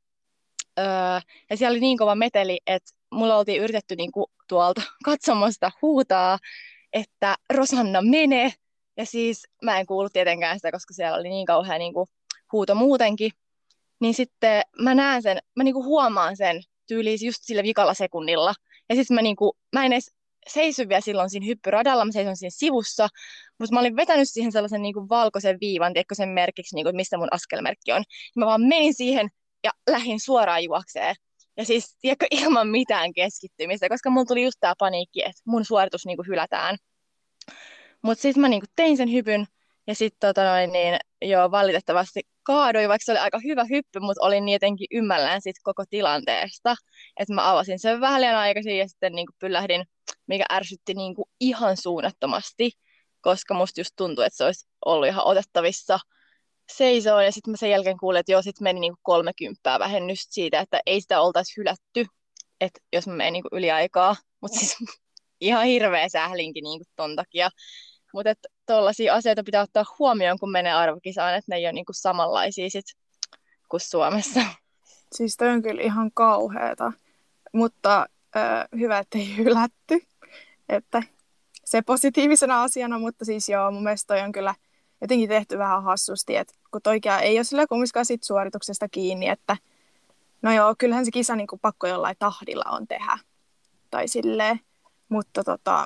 Speaker 2: Ja siellä oli niin kova meteli, että mulla oltiin yritetty niinku tuolta katsomosta huutaa, että Rosanna mene. Ja siis mä en kuullut tietenkään sitä, koska siellä oli niin kauhea niinku huuto muutenkin. Niin sitten mä näen sen, mä niinku huomaan sen tyyliin just sillä vikalla sekunnilla. Ja sitten mä en edes seisy vielä silloin siinä hyppyradalla, mä seison siinä sivussa, mutta mä olin vetänyt siihen sellaisen niinku valkoisen viivan, tiedätkö sen merkiksi, niinku, mistä mun askelmerkki on. Ja mä vaan menin siihen ja lähdin suoraan juokseen. Ja siis, tiedätkö, ilman mitään keskittymistä, koska mulla tuli just tää paniikki, että mun suoritus niinku hylätään. Mutta sitten mä niinku tein sen hypyn, ja sitten joo, valitettavasti kaaduin, vaikka se oli aika hyvä hyppy, mutta olin niin jotenkin ymmällään sit koko tilanteesta. Että mä avasin sen vähän liian aikaisin ja sitten niinku pyllähdin, mikä ärsytti niinku ihan suunnattomasti, koska musta just tuntui, että se olisi ollut ihan otettavissa seisoon. Ja sitten mä sen jälkeen kuulin, että joo, sitten meni niinku 30 vähennystä siitä, että ei sitä oltaisi hylätty, että jos mä menen niinku yli aikaa. Mutta siis ihan hirveä sählinki niinku ton takia. Mutta tuollaisia asioita pitää ottaa huomioon, kun menee arvokisaan, että ne ei ole niinku samanlaisia sit kuin Suomessa.
Speaker 1: Siis toi on kyllä ihan kauheeta, mutta hyvä, ettei hylätty. Että se positiivisena asiana, mutta siis joo, mun mielestä toi on kyllä jotenkin tehty vähän hassusti, että kun toikään ei ole sillä kumminkaan sit suorituksesta kiinni, että no joo, kyllähän se kisa niinku pakko jollain tahdilla on tehdä. Tai silleen, mutta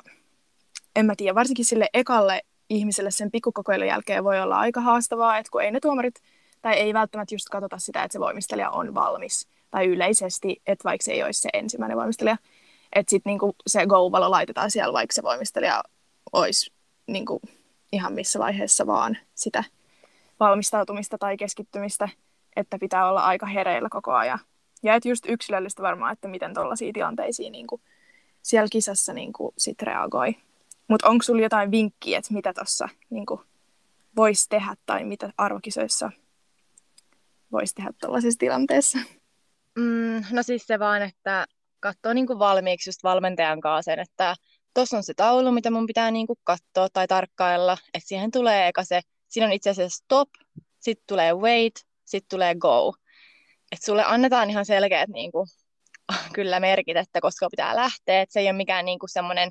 Speaker 1: en mä tiedä, varsinkin sille ekalle ihmiselle sen pikkukokeilun jälkeen voi olla aika haastavaa, että kun ei ne tuomarit, tai ei välttämättä just katsota sitä, että se voimistelija on valmis, tai yleisesti, että vaikka se ei olisi se ensimmäinen voimistelija, että sitten niinku se go-valo laitetaan siellä, vaikka se voimistelija olisi niinku ihan missä vaiheessa vaan sitä valmistautumista tai keskittymistä, että pitää olla aika hereillä koko ajan. Ja että just yksilöllistä varmaan, että miten tuollaisia tilanteisiin niinku siellä kisassa niinku sit reagoi. Mutta onko sulla jotain vinkkiä, että mitä tuossa niinku voisi tehdä tai mitä arvokisoissa voisi tehdä tuollaisessa tilanteessa?
Speaker 2: No siis se vaan, että katsoo niinku valmiiksi just valmentajan kanssa sen, että tuossa on se taulu, mitä mun pitää niinku katsoa tai tarkkailla, että siihen tulee eka se, siinä on itse asiassa stop, sitten tulee wait, sitten tulee go. Että sulle annetaan ihan selkeät niinku, kyllä merkit, että koska pitää lähteä, että se ei ole mikään niinku semmoinen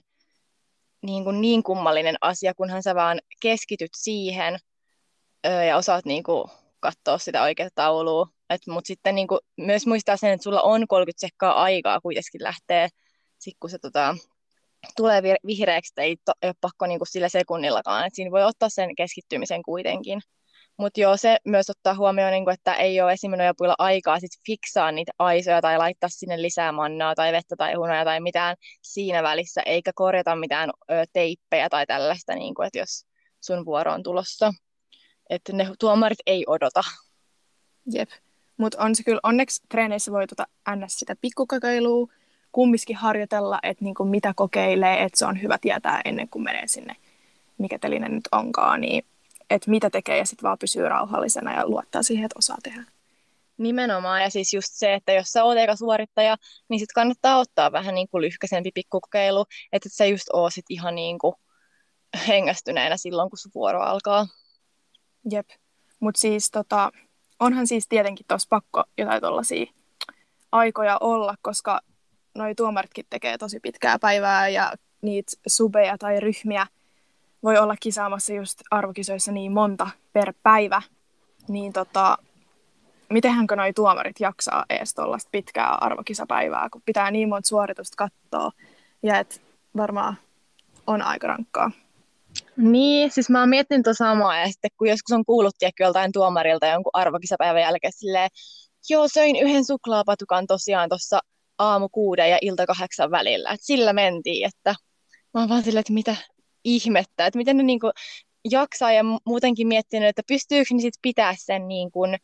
Speaker 2: niin kummallinen asia, kunhan sä vaan keskityt siihen ja osaat niinku katsoa sitä oikeaa taulua. Mutta sitten niinku myös muistaa sen, että sulla on 30 sekkaa aikaa kuitenkin lähteä, sit kun se tulee vihreäksi, ei ole pakko niinku sillä sekunnillakaan. Et siinä voi ottaa sen keskittymisen kuitenkin. Mutta joo, se myös ottaa huomioon, niinku, että ei ole esimenojapuilla aikaa sit fiksaa niitä aisoja tai laittaa sinne lisää mannaa tai vettä tai hunoja tai mitään siinä välissä, eikä korjata mitään teippejä tai tällaista, niinku, että jos sun vuoro on tulossa. Että ne tuomarit ei odota.
Speaker 1: Jep. Mutta on se kyllä, onneksi treeneissä voi ns. Sitä pikkukokeilua kumminkin harjoitella, että niinku mitä kokeilee, että se on hyvä tietää ennen kuin menee sinne, mikä teline nyt onkaan, niin että mitä tekee ja sitten vaan pysyy rauhallisena ja luottaa siihen, että osaa tehdä.
Speaker 2: Nimenomaan, ja siis just se, että jos sä oot eka suorittaja, niin sit kannattaa ottaa vähän niin kuin lyhkäisempi pikkukokeilu, että sä just oo sit ihan niin kuin hengästyneenä silloin, kun sun vuoro alkaa.
Speaker 1: Jep, mutta siis onhan siis tietenkin tuossa pakko jotain tollaisia aikoja olla, koska noi tuomaritkin tekee tosi pitkää päivää ja niitä subeja tai ryhmiä voi olla kisaamassa just arvokisoissa niin monta per päivä, niin mitenhänkö noi tuomarit jaksaa ees tollaista pitkää arvokisapäivää, kun pitää niin monta suoritusta katsoa ja et varmaan on aika rankkaa.
Speaker 2: Niin, siis mä oon miettinyt tuota samaa, ja sitten kun joskus on kuullut joltain tuomarilta jonkun arvokisapäivän jälkeen silleen, joo, söin yhden suklaapatukan tosiaan tuossa aamu 6 ja ilta 8 välillä, että sillä mentiin, että mä oon vaan silleen, että mitä ihmettä, että miten ne niinku jaksaa ja muutenkin miettinyt, että pystyykö ne sit pitää sen niin kuin,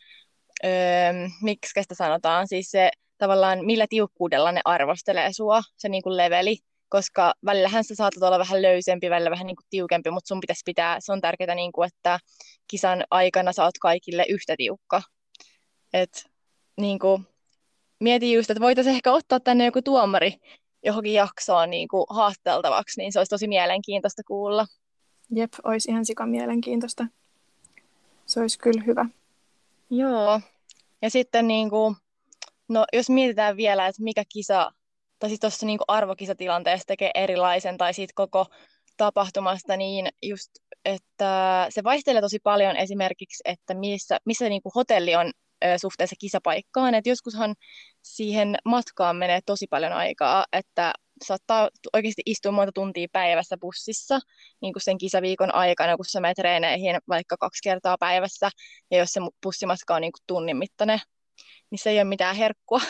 Speaker 2: miksi sitä sanotaan, siis se tavallaan millä tiukkuudella ne arvostelee sua, se niin kuin leveli, koska välillähän sä saatat olla vähän löysempi, välillä vähän niin kuin tiukempi, mutta sun pitäisi pitää, se on tärkeää, niin kuin, että kisan aikana sä oot kaikille yhtä tiukka. Et, niin kuin, mietin just, että voitaisiin ehkä ottaa tänne joku tuomari johonkin jaksoon niin kuin haasteltavaksi, niin se olisi tosi mielenkiintoista kuulla.
Speaker 1: Jep, olisi ihan sika mielenkiintoista. Se olisi kyllä hyvä.
Speaker 2: Joo. Ja sitten niin kuin, no, jos mietitään vielä, että mikä kisa, tai sitten tuossa niin arvokisatilanteessa tekee erilaisen, tai siitä koko tapahtumasta, niin just, että se vaihtelee tosi paljon esimerkiksi, että missä niin kuin hotelli on suhteessa kisapaikkaan. Et joskushan siihen matkaan menee tosi paljon aikaa, että saattaa oikeasti istua monta tuntia päivässä bussissa niin kuin sen kisaviikon aikana, kun sä menet treeneihin vaikka 2 kertaa päivässä, ja jos se bussimatka on niin kuin tunnin mittainen, niin se ei ole mitään herkkua.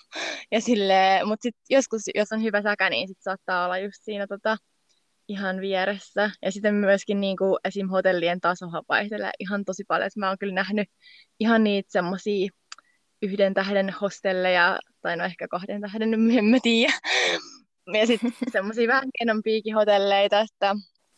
Speaker 2: Mutta sitten joskus, jos on hyvä säkä, niin sit saattaa olla just siinä ihan vieressä. Ja sitten myöskin niin kuin esim. Hotellien tasohan vaihtelee ihan tosi paljon. Mä oon kyllä nähnyt ihan niitä semmosia 1 tähden hostelleja, tai no ehkä 2 tähden, en mä tiedä. Ja sitten semmosia vähän kienompiakin hotelleita, että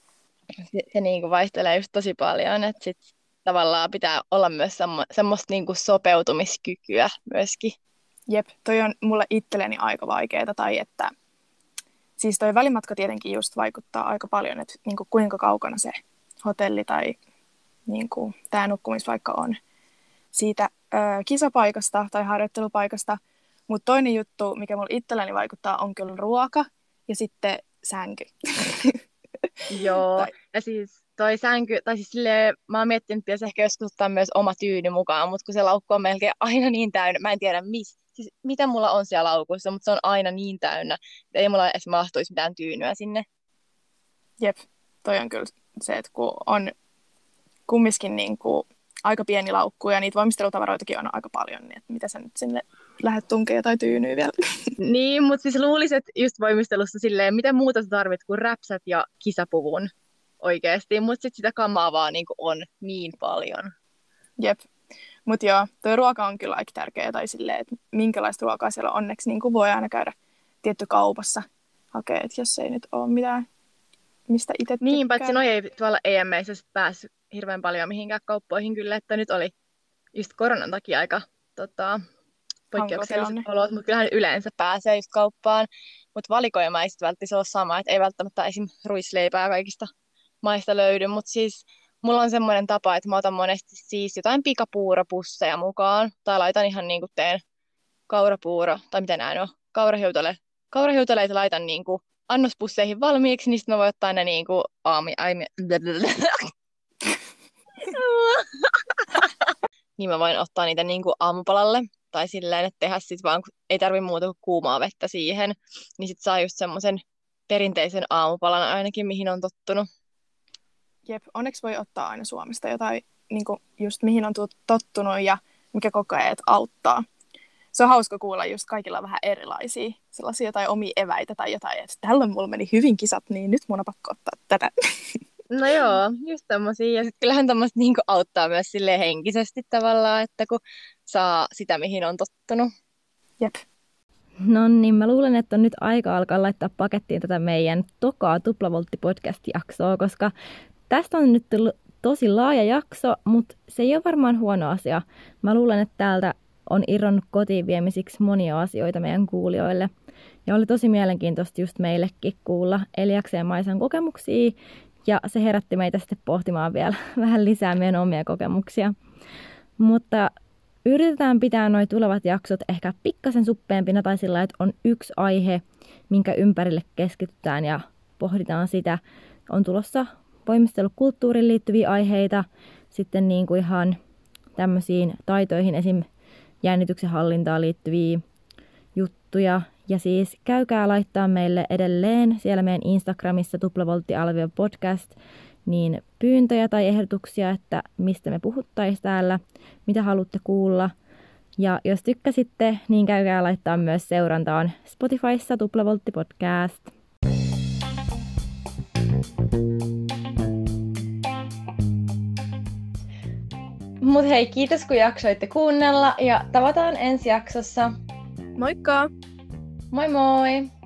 Speaker 2: se niin kuin vaihtelee just tosi paljon. Että sit tavallaan pitää olla myös semmoista niin kuin sopeutumiskykyä myöskin.
Speaker 1: Jep, toi on mulle itselleni aika vaikeeta, tai että siis toi välimatka tietenkin just vaikuttaa aika paljon, että niinku kuinka kaukana se hotelli tai niinku tämä nukkumispaikka on siitä kisapaikasta tai harjoittelupaikasta. Mutta toinen juttu, mikä mulle itselläni vaikuttaa, on kyllä ruoka ja sitten sänky.
Speaker 2: Joo, ja siis toi sänky, tai siis silleen, mä oon miettinyt, että pitäisi ehkä joskus ottaa myös oma tyyny mukaan, mutta kun se laukku on melkein aina niin täynnä, mä en tiedä siis mitä mulla on siellä laukussa, mutta se on aina niin täynnä, että ei mulla edes mahtuisi mitään tyynyä sinne.
Speaker 1: Jep, toi on kyllä se, että kun on kumminkin niin kuin aika pieni laukku ja niitä valmistelutavaroitakin on aika paljon, niin että mitä sä nyt sinne lähdet tunkeen jotain tyynyä vielä.
Speaker 2: Niin, mutta siis luulisin, että just voimistelussa silleen, mitä muuta sä tarvit kuin räpsät ja kisapuvun oikeasti, mutta sitten sitä kamaa vaan niin on niin paljon.
Speaker 1: Jep, mutta joo, tuo ruoka on kyllä aika tärkeä, tai silleen, että minkälaista ruokaa siellä on. Onneksi niin voi aina käydä tietty kaupassa hakea, että jos ei nyt ole mitään, mistä itse tykkää.
Speaker 2: Niin, paitsi noi ei tuolla EM:issä päässyt hirveän paljon mihinkään kauppoihin kyllä, että nyt oli just koronan takia aika poikkeukselliset
Speaker 1: Hankalat
Speaker 2: olot, mutta kyllähän yleensä pääsee just kauppaan. Mutta valikoima ei sitten välttämättä ole sama, että ei välttämättä esim. Ruisleipää kaikista maista löydy, mutta siis mulla on semmoinen tapa, että mä otan monesti siis jotain pikapuuropusseja mukaan, tai laitan ihan niinku teen kaurapuuro, tai miten näin on, kaurahiutaleita laitan niinku annospusseihin valmiiksi, niin sitten mä voin ottaa ne niinku niin mä voin ottaa niitä niinku aamupalalle, tai silleen, että tehdä sit vaan, kun ei tarvi muuta kuin kuumaa vettä siihen, niin sit saa just semmoisen perinteisen aamupalan ainakin, mihin on tottunut.
Speaker 1: Jep, onneksi voi ottaa aina Suomesta jotain, niin kuin just mihin on tottunut ja mikä koko ajan auttaa. Se on hauska kuulla, just kaikilla on vähän erilaisia, sellaisia jotain omia eväitä tai jotain, että tällöin mulla meni hyvin kisat, niin nyt mun on pakko ottaa tätä.
Speaker 2: No joo, just tommosia. Ja sitten kyllähän tommoista niinku auttaa myös silleen henkisesti tavallaan, että kun saa sitä, mihin on tottunut.
Speaker 1: Jep.
Speaker 5: No niin, mä luulen, että on nyt aika alkaa laittaa pakettiin tätä meidän tokaa Tuplavoltti-podcast-jaksoa, koska tästä on nyt tullut tosi laaja jakso, mutta se ei ole varmaan huono asia. Mä luulen, että täältä on irronnut kotiin viemisiksi monia asioita meidän kuulijoille. Ja oli tosi mielenkiintoista just meillekin kuulla Eliaksen ja Maisan kokemuksia, ja se herätti meitä sitten pohtimaan vielä vähän lisää meidän omia kokemuksia. Mutta yritetään pitää nuo tulevat jaksot ehkä pikkasen suppeempina tai sillä, että on yksi aihe, minkä ympärille keskitytään ja pohditaan sitä. On tulossa voimistelukulttuuriin liittyviä aiheita, sitten niin kuin ihan tämmöisiin taitoihin, esim. Jännityksen hallintaan liittyviä juttuja. Ja siis käykää laittaa meille edelleen siellä meidän Instagramissa tuplavoltti_podcast niin pyyntöjä tai ehdotuksia, että mistä me puhuttaisiin täällä, mitä haluatte kuulla. Ja jos tykkäsitte, niin käykää laittaa myös seurantaan Spotifyssa Tuplavoltti Podcast.
Speaker 2: Mut hei, kiitos kun jaksoitte kuunnella ja tavataan ensi jaksossa.
Speaker 1: Moikka!
Speaker 2: Moi moi!